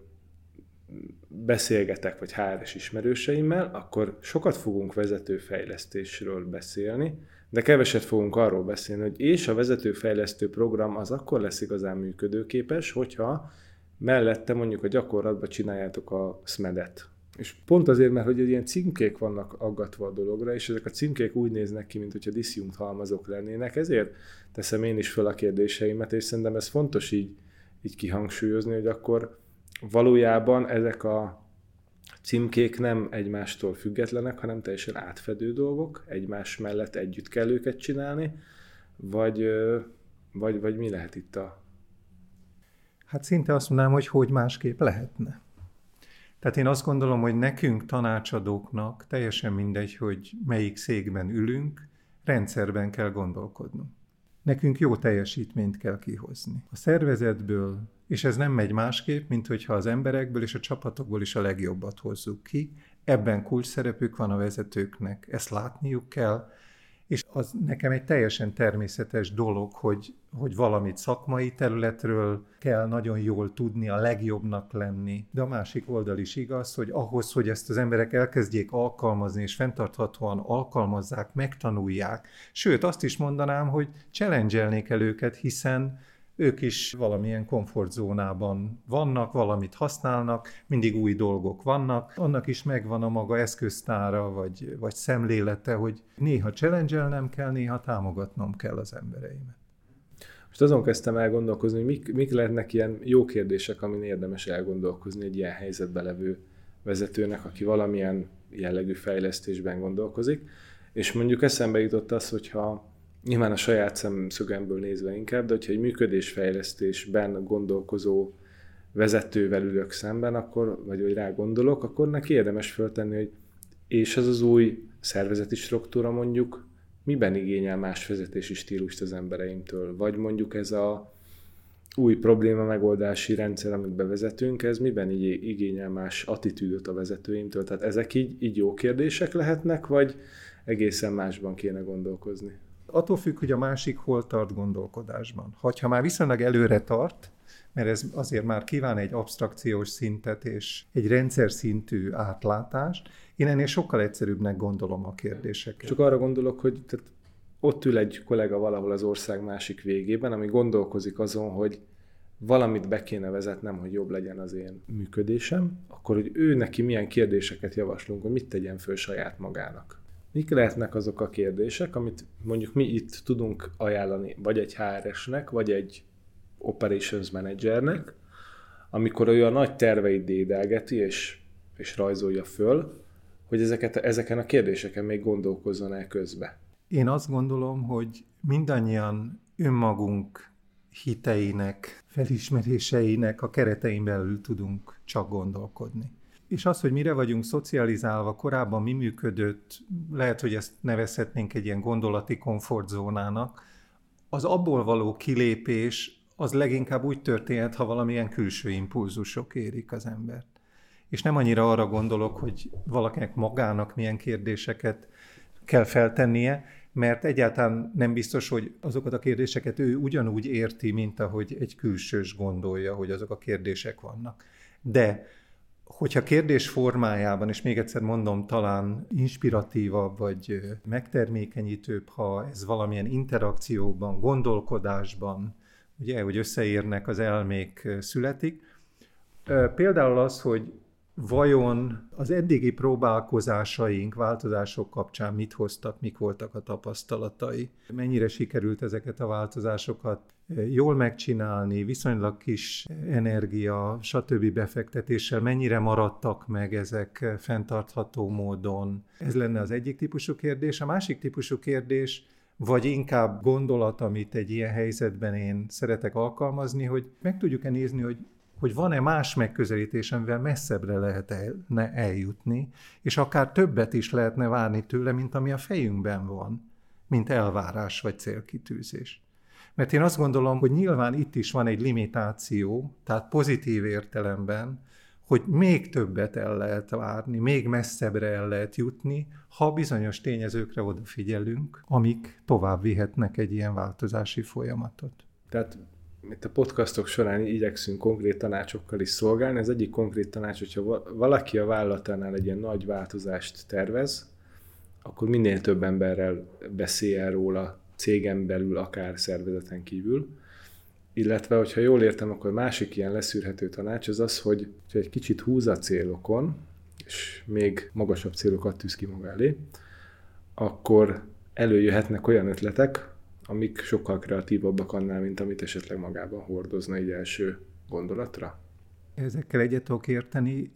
beszélgetek, vagy há er es ismerőseimmel, akkor sokat fogunk vezetőfejlesztésről beszélni, de keveset fogunk arról beszélni, hogy és a vezetőfejlesztő program az akkor lesz igazán működőképes, hogyha mellette mondjuk a gyakorlatban csináljátok a szmedet. És pont azért, mert hogy ilyen címkék vannak aggatva a dologra, és ezek a címkék úgy néznek ki, mint hogyha diszjunkt halmazok lennének, ezért teszem én is föl a kérdéseimet, és szerintem ez fontos így, így kihangsúlyozni, hogy akkor valójában ezek a címkék nem egymástól függetlenek, hanem teljesen átfedő dolgok, egymás mellett együtt kell őket csinálni, vagy, vagy, vagy mi lehet itt a... Hát szinte azt mondanám, hogy hogy másképp lehetne. Tehát én azt gondolom, hogy nekünk tanácsadóknak teljesen mindegy, hogy melyik székben ülünk, rendszerben kell gondolkodnunk. Nekünk jó teljesítményt kell kihozni. A szervezetből, és ez nem megy másképp, mint hogyha az emberekből és a csapatokból is a legjobbat hozzuk ki. Ebben kulcs szerepük van a vezetőknek, ezt látniuk kell, és az nekem egy teljesen természetes dolog, hogy, hogy valamit szakmai területről kell nagyon jól tudni, a legjobbnak lenni. De a másik oldal is igaz, hogy ahhoz, hogy ezt az emberek elkezdjék alkalmazni, és fenntarthatóan alkalmazzák, megtanulják. Sőt, azt is mondanám, hogy challenge-elnék el őket, hiszen ők is valamilyen komfortzónában vannak, valamit használnak, mindig új dolgok vannak. Annak is megvan a maga eszköztára, vagy, vagy szemlélete, hogy néha challenge-elnem kell, néha támogatnom kell az embereimet. Most azon kezdtem el gondolkozni, hogy mik, mik lehetnek ilyen jó kérdések, amin érdemes elgondolkozni egy ilyen helyzetben levő vezetőnek, aki valamilyen jellegű fejlesztésben gondolkozik. És mondjuk eszembe jutott az, hogyha nyilván a saját szemszögemből nézve inkább, de hogyha egy működésfejlesztésben gondolkozó vezetővel ülök szemben, akkor, vagy hogy rá gondolok, akkor neki érdemes föltenni, hogy és ez az új szervezeti struktúra mondjuk miben igényel más vezetési stílust az embereimtől? Vagy mondjuk ez a új probléma megoldási rendszer, amit bevezetünk, ez miben igényel más attitűdöt a vezetőimtől? Tehát ezek így, így jó kérdések lehetnek, vagy egészen másban kéne gondolkozni? Attól függ, hogy a másik hol tart gondolkodásban. Ha már viszonylag előre tart, mert ez azért már kíván egy absztrakciós szintet és egy rendszer szintű átlátást, én ennél sokkal egyszerűbbnek gondolom a kérdéseket. Csak arra gondolok, hogy tehát ott ül egy kollega valahol az ország másik végében, ami gondolkozik azon, hogy valamit be kéne vezetnem, hogy jobb legyen az én működésem, akkor hogy ő neki milyen kérdéseket javaslunk, hogy mit tegyen föl saját magának. Mik lehetnek azok a kérdések, amit mondjuk mi itt tudunk ajánlani, vagy egy há er esnek, vagy egy operations managernek, amikor ő a nagy terveit dédelgeti és, és rajzolja föl, hogy ezeket, ezeken a kérdéseken még gondolkozzon el közbe. Én azt gondolom, hogy mindannyian önmagunk hiteinek, felismeréseinek a keretein belül tudunk csak gondolkodni. És az, hogy mire vagyunk szocializálva, korábban mi működött, lehet, hogy ezt nevezhetnénk egy ilyen gondolati komfortzónának, az abból való kilépés az leginkább úgy történhet, ha valamilyen külső impulzusok érik az embert. És nem annyira arra gondolok, hogy valakinek magának milyen kérdéseket kell feltennie, mert egyáltalán nem biztos, hogy azokat a kérdéseket ő ugyanúgy érti, mint ahogy egy külsős gondolja, hogy azok a kérdések vannak. De hogyha kérdés formájában, és még egyszer mondom, talán inspiratívabb vagy megtermékenyítőbb, ha ez valamilyen interakcióban, gondolkodásban, ugye, hogy összeérnek az elmék, születik. Például az, hogy vajon az eddigi próbálkozásaink, változások kapcsán mit hoztak, mik voltak a tapasztalatai, mennyire sikerült ezeket a változásokat jól megcsinálni, viszonylag kis energia, stb. Befektetéssel, mennyire maradtak meg ezek fenntartható módon. Ez lenne az egyik típusú kérdés. A másik típusú kérdés, vagy inkább gondolat, amit egy ilyen helyzetben én szeretek alkalmazni, hogy meg tudjuk-e nézni, hogy hogy van-e más megközelítés, amivel messzebbre lehetne eljutni, és akár többet is lehetne várni tőle, mint ami a fejünkben van, mint elvárás vagy célkitűzés. Mert én azt gondolom, hogy nyilván itt is van egy limitáció, tehát pozitív értelemben, hogy még többet el lehet várni, még messzebbre el lehet jutni, ha bizonyos tényezőkre odafigyelünk, amik tovább vihetnek egy ilyen változási folyamatot. Tehát itt a podcastok során igyekszünk konkrét tanácsokkal is szolgálni. Az egyik konkrét tanács, hogyha valaki a vállalatánál egy ilyen nagy változást tervez, akkor minél több emberrel beszéljen róla cégen belül, akár szervezeten kívül. Illetve, hogyha jól értem, akkor másik ilyen leszűrhető tanács az az, hogy ha egy kicsit húz a célokon, és még magasabb célokat tűz ki maga elé, akkor előjöhetnek olyan ötletek, amik sokkal kreatívabbak annál, mint amit esetleg magában hordozna egy első gondolatra. Ezekkel egyet tudok érteni.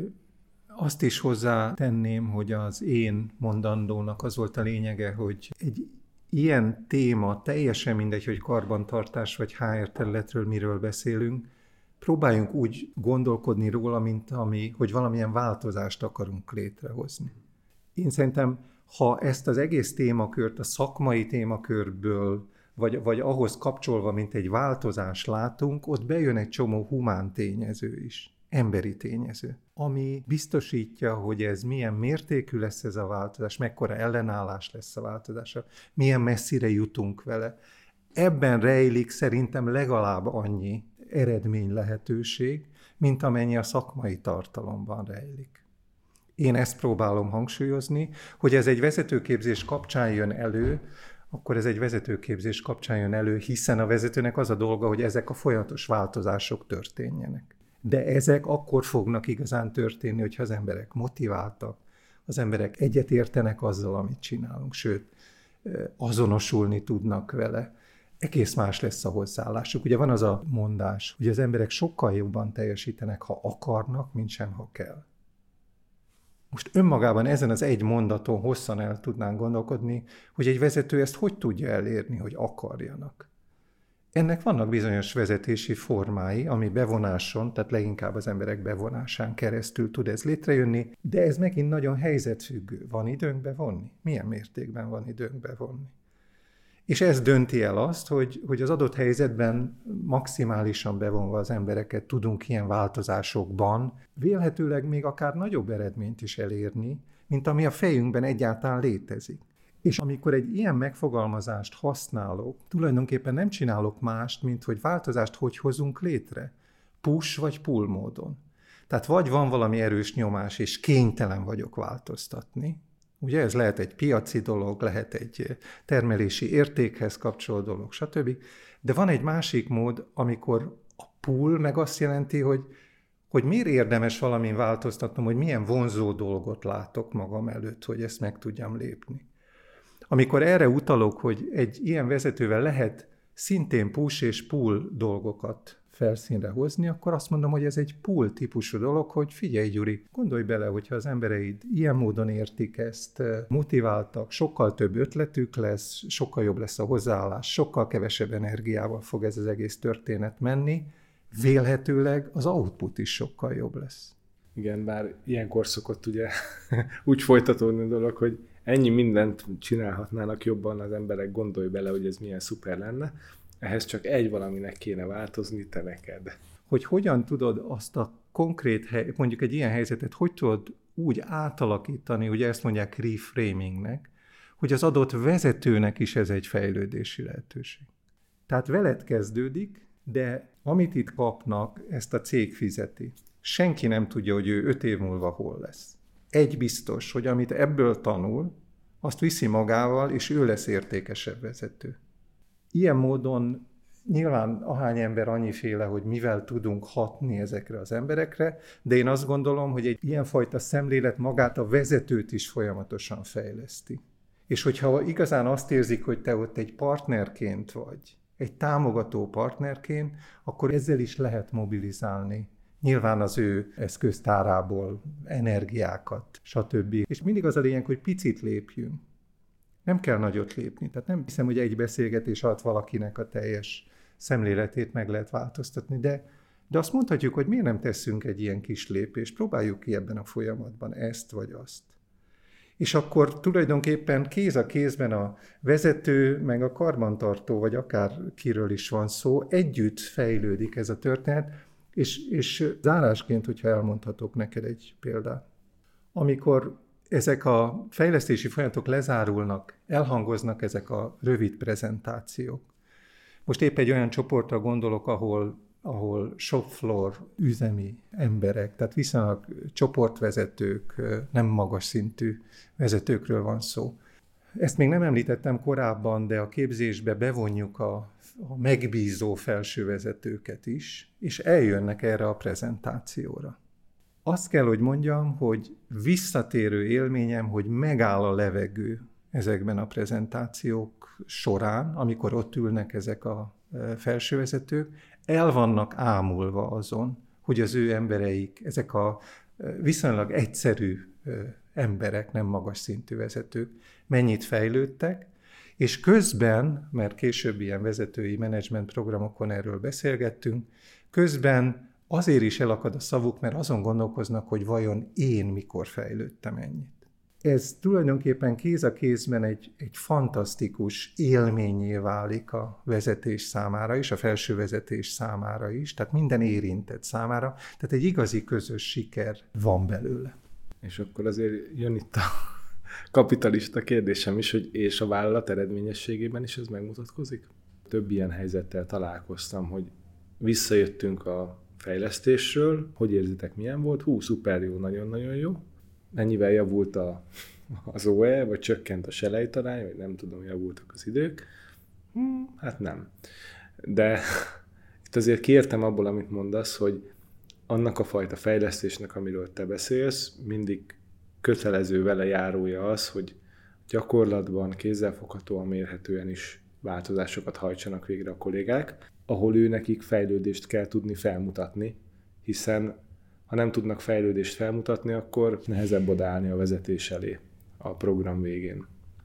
Azt is hozzátenném, hogy az én mondandónak az volt a lényege, hogy egy ilyen téma, teljesen mindegy, hogy karbantartás vagy há er területről miről beszélünk, próbáljunk úgy gondolkodni róla, mint ami, hogy valamilyen változást akarunk létrehozni. Én szerintem, ha ezt az egész témakört a szakmai témakörből, vagy, vagy ahhoz kapcsolva, mint egy változást látunk, ott bejön egy csomó humán tényező is, emberi tényező, ami biztosítja, hogy ez milyen mértékű lesz ez a változás, mekkora ellenállás lesz a változásra, milyen messzire jutunk vele. Ebben rejlik szerintem legalább annyi eredmény lehetőség, mint amennyi a szakmai tartalomban rejlik. Én ezt próbálom hangsúlyozni, hogy ez egy vezetőképzés kapcsán jön elő, akkor ez egy vezetőképzés kapcsán jön elő, hiszen a vezetőnek az a dolga, hogy ezek a folyamatos változások történjenek. De ezek akkor fognak igazán történni, hogyha az emberek motiváltak, az emberek egyetértenek azzal, amit csinálunk, sőt, azonosulni tudnak vele. Egész más lesz a hozzáállásuk. Ugye van az a mondás, hogy az emberek sokkal jobban teljesítenek, ha akarnak, mint sem, ha kell. Most önmagában ezen az egy mondaton hosszan el tudnánk gondolkodni, hogy egy vezető ezt hogy tudja elérni, hogy akarjanak. Ennek vannak bizonyos vezetési formái, ami bevonáson, tehát leginkább az emberek bevonásán keresztül tud ez létrejönni, de ez megint nagyon helyzetfüggő. Van időnk bevonni? Milyen mértékben van időnk bevonni? És ez dönti el azt, hogy, hogy az adott helyzetben maximálisan bevonva az embereket tudunk ilyen változásokban vélhetőleg még akár nagyobb eredményt is elérni, mint ami a fejünkben egyáltalán létezik. És amikor egy ilyen megfogalmazást használok, tulajdonképpen nem csinálok mást, mint hogy változást hogy hozunk létre. Push vagy pull módon. Tehát vagy van valami erős nyomás, és kénytelen vagyok változtatni. Ugye ez lehet egy piaci dolog, lehet egy termelési értékhez kapcsolódó dolog, stb. De van egy másik mód, amikor a pull meg azt jelenti, hogy, hogy miért érdemes valamin változtatnom, hogy milyen vonzó dolgot látok magam előtt, hogy ezt meg tudjam lépni. Amikor erre utalok, hogy egy ilyen vezetővel lehet szintén push és pull dolgokat felszínre hozni, akkor azt mondom, hogy ez egy pull típusú dolog, hogy figyelj Gyuri, gondolj bele, hogyha az embereid ilyen módon értik ezt, motiváltak, sokkal több ötletük lesz, sokkal jobb lesz a hozzáállás, sokkal kevesebb energiával fog ez az egész történet menni, vélhetőleg az output is sokkal jobb lesz. Igen, bár ilyenkor szokott ugye úgy folytatódni a dolog, hogy ennyi mindent csinálhatnának jobban az emberek, gondolj bele, hogy ez milyen szuper lenne, ehhez csak egy valaminek kéne változni, te neked. hogy hogyan tudod azt a konkrét, hely, mondjuk egy ilyen helyzetet, hogy tudod úgy átalakítani, ugye ezt mondják reframingnek, hogy az adott vezetőnek is ez egy fejlődési lehetőség. Tehát veled kezdődik, de amit itt kapnak, ezt a cég fizeti. Senki nem tudja, hogy ő öt év múlva hol lesz. Egy biztos, hogy amit ebből tanul, azt viszi magával, és ő lesz értékesebb vezető. Ilyen módon nyilván ahány ember annyiféle, hogy mivel tudunk hatni ezekre az emberekre, de én azt gondolom, hogy egy ilyenfajta szemlélet magát a vezetőt is folyamatosan fejleszti. És hogyha igazán azt érzik, hogy te ott egy partnerként vagy, egy támogató partnerként, akkor ezzel is lehet mobilizálni. Nyilván az ő eszköztárából energiákat, stb. És mindig az a lényeg, hogy picit lépjünk. Nem kell nagyot lépni. Tehát nem hiszem, hogy egy beszélgetés alatt valakinek a teljes szemléletét meg lehet változtatni, de, de azt mondhatjuk, hogy miért nem teszünk egy ilyen kis lépést, próbáljuk ki ebben a folyamatban ezt vagy azt. És akkor tulajdonképpen kéz a kézben a vezető, meg a karbantartó, vagy akár kiről is van szó, együtt fejlődik ez a történet, és, és zárásként, hogyha elmondhatok neked egy példát. Amikor ezek a fejlesztési folyamatok lezárulnak, elhangoznak ezek a rövid prezentációk. Most épp egy olyan csoportra gondolok, ahol, ahol shop floor üzemi emberek, tehát viszonylag csoportvezetők, nem magas szintű vezetőkről van szó. Ezt még nem említettem korábban, de a képzésbe bevonjuk a, a megbízó felsővezetőket is, és eljönnek erre a prezentációra. Azt kell, hogy mondjam, hogy visszatérő élményem, hogy megáll a levegő ezekben a prezentációk során, amikor ott ülnek ezek a felsővezetők, el vannak ámulva azon, hogy az ő embereik, ezek a viszonylag egyszerű emberek, nem magas szintű vezetők, mennyit fejlődtek, és közben, mert később ilyen vezetői menedzsment programokon erről beszélgettünk, közben azért is elakad a szavuk, mert azon gondolkoznak, hogy vajon én mikor fejlődtem ennyit. Ez tulajdonképpen kéz a kézben egy, egy fantasztikus élményé válik a vezetés számára is, a felső vezetés számára is, tehát minden érintett számára, tehát egy igazi közös siker van belőle. És akkor azért jön itt a kapitalista kérdésem is, hogy és a vállalat eredményességében is ez megmutatkozik? Több ilyen helyzettel találkoztam, hogy visszajöttünk a fejlesztésről, hogy érzitek, milyen volt? Hú, szuper jó, nagyon-nagyon jó. Mennyivel javult a, az o e, vagy csökkent a selejtarány, vagy nem tudom, javultak az idők? Hmm, hát nem. De itt azért kiértem abból, amit mondasz, hogy annak a fajta fejlesztésnek, amiről te beszélsz, mindig kötelező vele járója az, hogy gyakorlatban, kézzelfoghatóan, mérhetően is változásokat hajtsanak végre a kollégák, ahol ő nekik fejlődést kell tudni felmutatni, hiszen ha nem tudnak fejlődést felmutatni, akkor nehezebb odaállni a vezetés elé a program végén.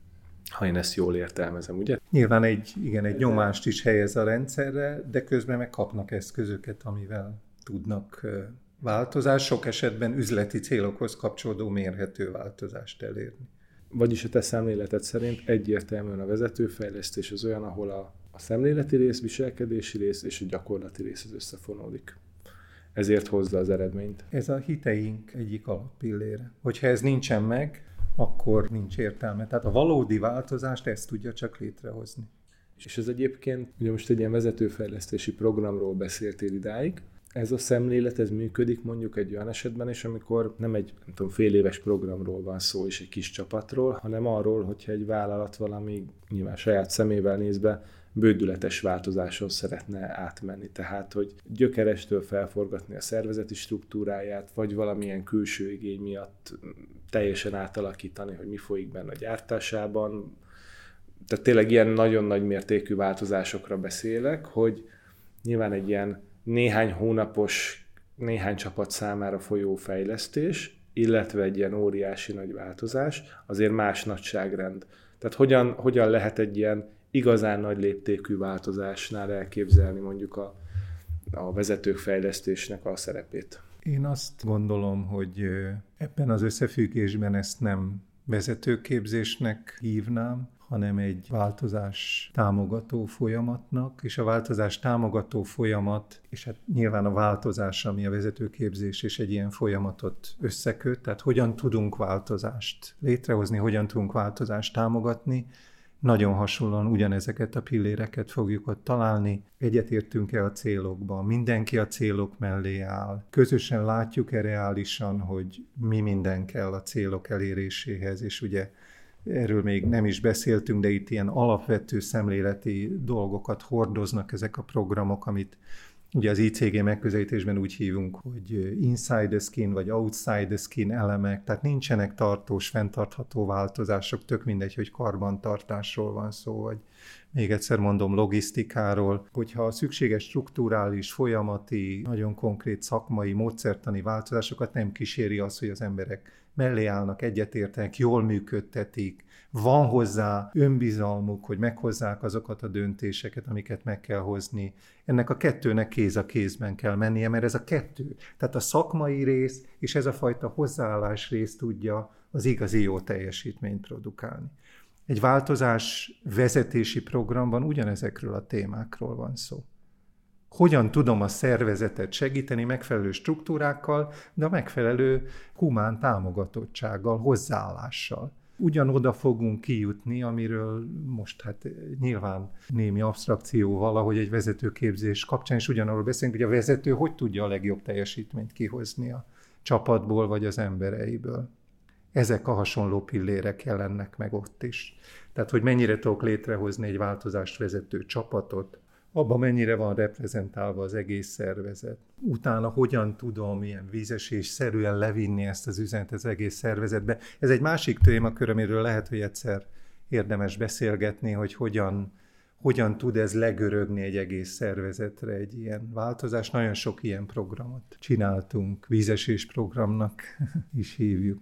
Ha én ezt jól értelmezem, ugye? Nyilván egy, igen, egy nyomást is helyez a rendszerre, de közben meg kapnak eszközöket, amivel tudnak változást, sok esetben üzleti célokhoz kapcsolódó mérhető változást elérni. Vagyis a te szemléleted szerint egyértelműen a vezetőfejlesztés az olyan, ahol a, a szemléleti rész, viselkedési rész és a gyakorlati rész az összefonódik. Ezért hozza az eredményt. Ez a hiteink egyik alappillére. Hogyha ez nincsen meg, akkor nincs értelme. Tehát a valódi változást ezt tudja csak létrehozni. És ez egyébként, ugye most egy ilyen vezetőfejlesztési programról beszéltél idáig, ez a szemlélet, ez működik mondjuk egy olyan esetben is, amikor nem egy nem tudom, fél éves programról van szó és egy kis csapatról, hanem arról, hogyha egy vállalat valami nyilván saját szemével nézve bődületes változáson szeretne átmenni. Tehát, hogy gyökerestől felforgatni a szervezeti struktúráját, vagy valamilyen külső igény miatt teljesen átalakítani, hogy mi folyik benne a gyártásában. Tehát tényleg ilyen nagyon nagy mértékű változásokra beszélek, hogy nyilván egy ilyen néhány hónapos, néhány csapat számára folyó fejlesztés, illetve egy ilyen óriási nagy változás, azért más nagyságrend. Tehát hogyan, hogyan lehet egy ilyen igazán nagy léptékű változásnál elképzelni mondjuk a, a vezetők fejlesztésnek a szerepét? Én azt gondolom, hogy ebben az összefüggésben ezt nem vezetőképzésnek hívnám, hanem egy változás támogató folyamatnak, és a változás támogató folyamat, és hát nyilván a változás, ami a vezetőképzés és egy ilyen folyamatot összeköt, tehát hogyan tudunk változást létrehozni, hogyan tudunk változást támogatni, nagyon hasonlóan ugyanezeket a pilléreket fogjuk ott találni. Egyetértünk-e a célokban? Mindenki a célok mellé áll. Közösen látjuk-e reálisan, hogy mi minden kell a célok eléréséhez, és ugye erről még nem is beszéltünk, de itt ilyen alapvető szemléleti dolgokat hordoznak ezek a programok, amit ugye az i cé gé megközelítésben úgy hívunk, hogy inside the skin vagy outside the skin elemek, tehát nincsenek tartós, fenntartható változások, tök mindegy, hogy karbantartásról van szó, vagy még egyszer mondom, logisztikáról, hogyha a szükséges strukturális, folyamati, nagyon konkrét szakmai, módszertani változásokat nem kíséri az, hogy az emberek mellé állnak, egyetértenek, jól működtetik, van hozzá önbizalmuk, hogy meghozzák azokat a döntéseket, amiket meg kell hozni. Ennek a kettőnek kéz a kézben kell mennie, mert ez a kettő, tehát a szakmai rész és ez a fajta hozzáállás rész tudja az igazi jó teljesítményt produkálni. Egy változás vezetési programban ugyanezekről a témákról van szó. Hogyan tudom a szervezetet segíteni megfelelő struktúrákkal, de a megfelelő humán támogatottsággal, hozzáállással. Ugyanoda fogunk kijutni, amiről most hát nyilván némi absztrakció valahogy egy vezetőképzés kapcsán, és ugyanarról beszélünk, hogy a vezető hogy tudja a legjobb teljesítményt kihozni a csapatból vagy az embereiből. Ezek a hasonló pillérek jelennek meg ott is. Tehát, hogy mennyire tudok létrehozni egy változást vezető csapatot, abban mennyire van reprezentálva az egész szervezet. Utána hogyan tudom ilyen vízesésszerűen levinni ezt az üzenetet az egész szervezetbe. Ez egy másik témakör, amiről lehet, hogy egyszer érdemes beszélgetni, hogy hogyan, hogyan tud ez legörögni egy egész szervezetre egy ilyen változás. Nagyon sok ilyen programot csináltunk, vízesés programnak is hívjuk.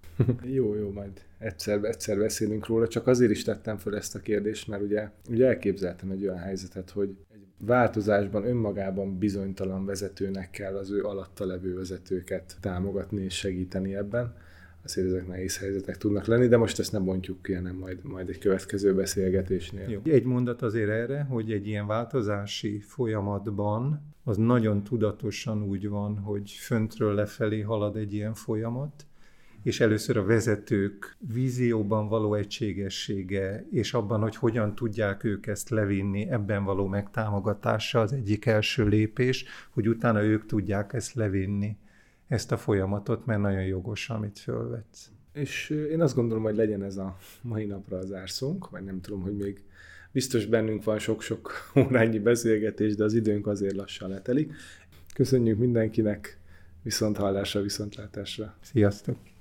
Jó, jó, majd egyszer, egyszer beszélünk róla, csak azért is tettem fel ezt a kérdést, mert ugye, ugye elképzeltem egy olyan helyzetet, hogy egy változásban önmagában bizonytalan vezetőnek kell az ő alatta levő vezetőket támogatni és segíteni ebben. Azért ezek nehéz helyzetek tudnak lenni, de most ezt nem bontjuk ki, hanem majd, majd egy következő beszélgetésnél. Jó. Egy mondat azért erre, hogy egy ilyen változási folyamatban az nagyon tudatosan úgy van, hogy föntről lefelé halad egy ilyen folyamat, és először a vezetők vízióban való egységessége, és abban, hogy hogyan tudják ők ezt levinni, ebben való megtámogatása az egyik első lépés, hogy utána ők tudják ezt levinni, ezt a folyamatot, mert nagyon jogos, amit fölvetsz. És én azt gondolom, hogy legyen ez a mai napra az zárszónk, vagy nem tudom, hogy még biztos bennünk van sok-sok órányi beszélgetés, de az időnk azért lassan letelik. Köszönjük mindenkinek, viszont hallásra, viszontlátásra. Sziasztok!